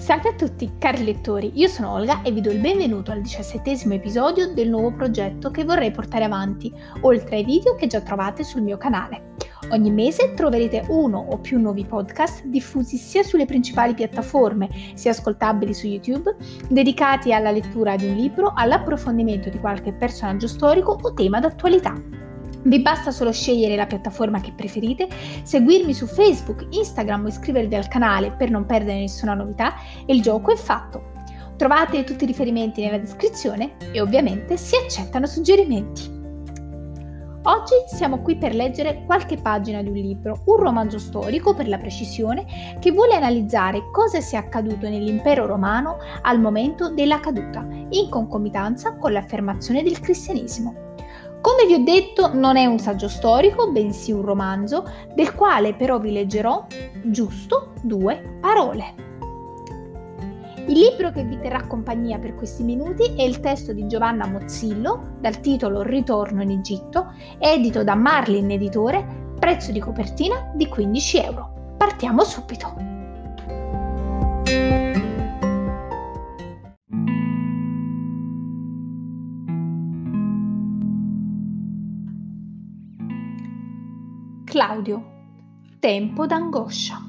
Salve a tutti cari lettori, io sono Olga e vi do il benvenuto al 17° episodio del nuovo progetto che vorrei portare avanti, oltre ai video che già trovate sul mio canale. Ogni mese troverete uno o più nuovi podcast diffusi sia sulle principali piattaforme, sia ascoltabili su YouTube, dedicati alla lettura di un libro, all'approfondimento di qualche personaggio storico o tema d'attualità. Vi basta solo scegliere la piattaforma che preferite, seguirmi su Facebook, Instagram o iscrivervi al canale per non perdere nessuna novità e il gioco è fatto. Trovate tutti i riferimenti nella descrizione e ovviamente si accettano suggerimenti. Oggi siamo qui per leggere qualche pagina di un libro, un romanzo storico per la precisione, che vuole analizzare cosa sia accaduto nell'impero romano al momento della caduta, in concomitanza con l'affermazione del cristianesimo. Come vi ho detto, non è un saggio storico, bensì un romanzo, del quale però vi leggerò giusto 2 parole. Il libro che vi terrà compagnia per questi minuti è il testo di Giovanna Mozzillo, dal titolo Ritorno in Egitto, edito da Marlin Editore, prezzo di copertina di 15 euro. Partiamo subito! Claudio, tempo d'angoscia.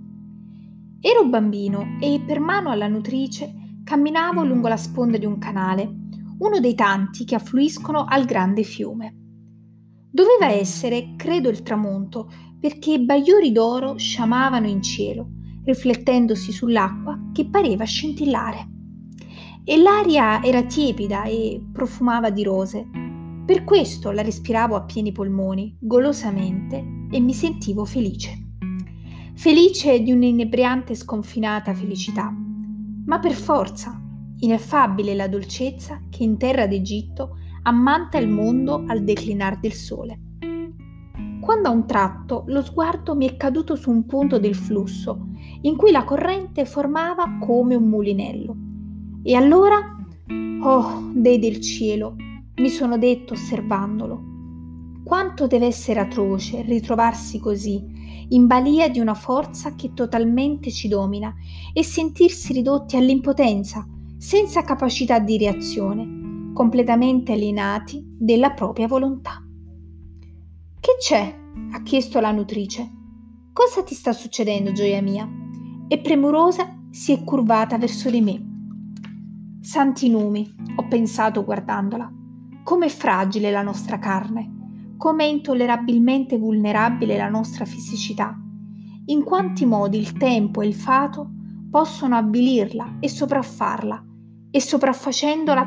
Ero bambino e per mano alla nutrice camminavo lungo la sponda di un canale, uno dei tanti che affluiscono al grande fiume. Doveva essere, credo, il tramonto, perché bagliori d'oro sciamavano in cielo, riflettendosi sull'acqua che pareva scintillare. E l'aria era tiepida e profumava di rose. Per questo la respiravo a pieni polmoni, golosamente, e mi sentivo felice. Felice di un'inebriante sconfinata felicità, ma per forza, ineffabile la dolcezza che in terra d'Egitto ammanta il mondo al declinar del sole. Quando a un tratto lo sguardo mi è caduto su un punto del flusso, in cui la corrente formava come un mulinello. E allora, oh, dei del cielo, mi sono detto osservandolo, quanto deve essere atroce ritrovarsi così, in balia di una forza che totalmente ci domina e sentirsi ridotti all'impotenza, senza capacità di reazione, completamente alienati della propria volontà. Che c'è? Ha chiesto la nutrice. Cosa ti sta succedendo, gioia mia? E premurosa si è curvata verso di me. Santi numi, ho pensato guardandola. Com'è fragile la nostra carne, com'è intollerabilmente vulnerabile la nostra fisicità, in quanti modi il tempo e il fato possono avvilirla e sopraffarla, e sopraffacendola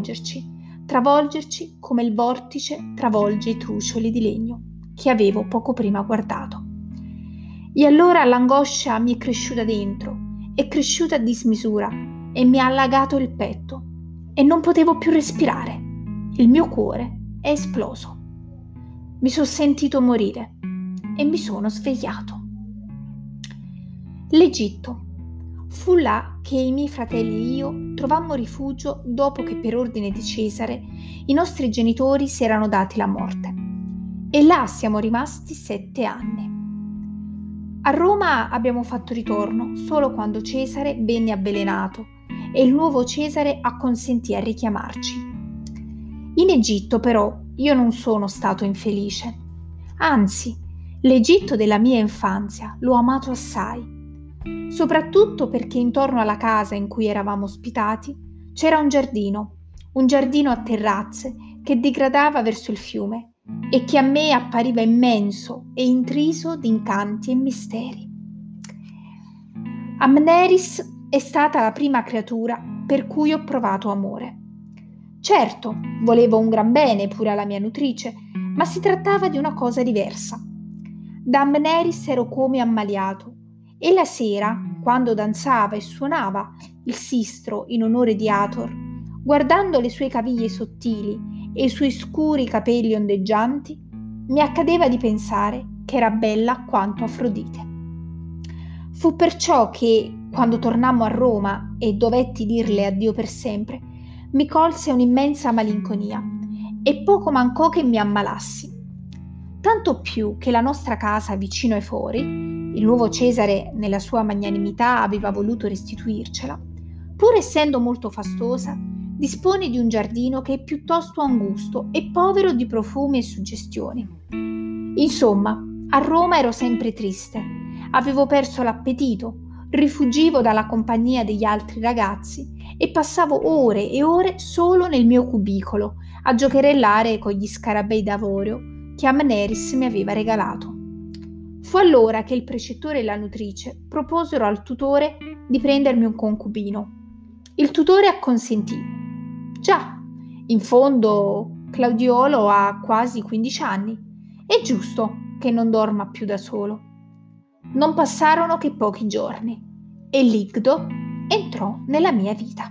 travolgerci come il vortice travolge i trucioli di legno che avevo poco prima guardato. E allora l'angoscia mi è cresciuta dentro, è cresciuta a dismisura e mi ha allagato il petto e non potevo più respirare. Il mio cuore è esploso. Mi sono sentito morire e mi sono svegliato. L'Egitto. Fu là che i miei fratelli e io trovammo rifugio dopo che per ordine di Cesare i nostri genitori si erano dati la morte. E là siamo rimasti 7 anni. A Roma abbiamo fatto ritorno solo quando Cesare venne avvelenato e il nuovo Cesare acconsentì a richiamarci. In Egitto però io non sono stato infelice, anzi, l'Egitto della mia infanzia l'ho amato assai, soprattutto perché intorno alla casa in cui eravamo ospitati c'era un giardino a terrazze che digradava verso il fiume e che a me appariva immenso e intriso di incanti e misteri. Amneris è stata la prima creatura per cui ho provato amore. Certo, volevo un gran bene pure alla mia nutrice, ma si trattava di una cosa diversa. Da Amneris ero come ammaliato e la sera, quando danzava e suonava il sistro in onore di Hathor, guardando le sue caviglie sottili e i suoi scuri capelli ondeggianti, mi accadeva di pensare che era bella quanto Afrodite. Fu perciò che, quando tornammo a Roma e dovetti dirle addio per sempre, mi colse un'immensa malinconia e poco mancò che mi ammalassi. Tanto più che la nostra casa vicino ai fori Il nuovo Cesare, nella sua magnanimità, aveva voluto restituircela. Pur essendo molto fastosa, dispone di un giardino che è piuttosto angusto e povero di profumi e suggestioni. Insomma, a Roma ero sempre triste, avevo perso l'appetito, rifuggivo dalla compagnia degli altri ragazzi e passavo ore e ore solo nel mio cubicolo a giocherellare con gli scarabei d'avorio che Amneris mi aveva regalato. Fu allora che il precettore e la nutrice proposero al tutore di prendermi un concubino. Il tutore acconsentì. Già, in fondo Claudiolo ha quasi 15 anni. È giusto che non dorma più da solo. Non passarono che pochi giorni e Ligdo entrò nella mia vita.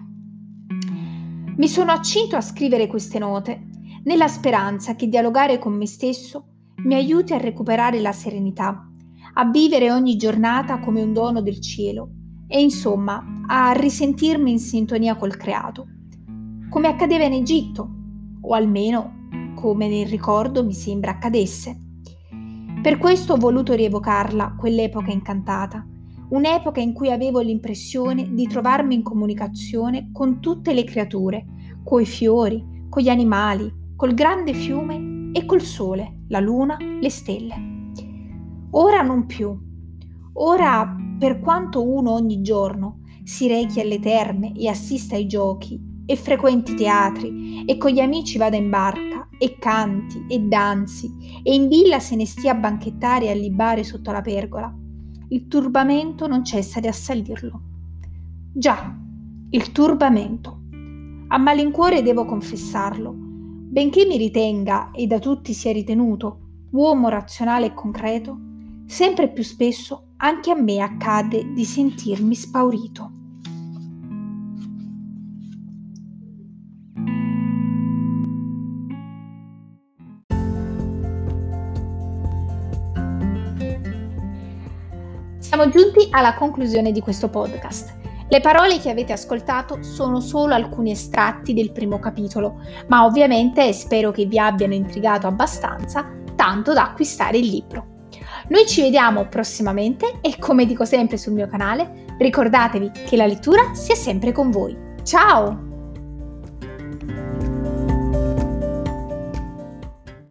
Mi sono accinto a scrivere queste note nella speranza che dialogare con me stesso mi aiuti a recuperare la serenità, a vivere ogni giornata come un dono del cielo e insomma a risentirmi in sintonia col creato, come accadeva in Egitto, o almeno come nel ricordo mi sembra accadesse. Per questo ho voluto rievocarla, quell'epoca incantata, un'epoca in cui avevo l'impressione di trovarmi in comunicazione con tutte le creature, coi fiori, con gli animali, col grande fiume e col sole, la luna, le stelle. Ora non più. Ora, per quanto uno ogni giorno si rechi alle terme e assista ai giochi e frequenti teatri e con gli amici vada in barca e canti e danzi e in villa se ne stia a banchettare e a libare sotto la pergola, il turbamento non cessa di assalirlo. Già, il turbamento. A malincuore devo confessarlo, benché mi ritenga e da tutti sia ritenuto uomo razionale e concreto, sempre più spesso anche a me accade di sentirmi spaurito. Siamo giunti alla conclusione di questo podcast. Le parole che avete ascoltato sono solo alcuni estratti del primo capitolo, ma ovviamente spero che vi abbiano intrigato abbastanza tanto da acquistare il libro. Noi ci vediamo prossimamente e, come dico sempre sul mio canale, ricordatevi che la lettura sia sempre con voi. Ciao!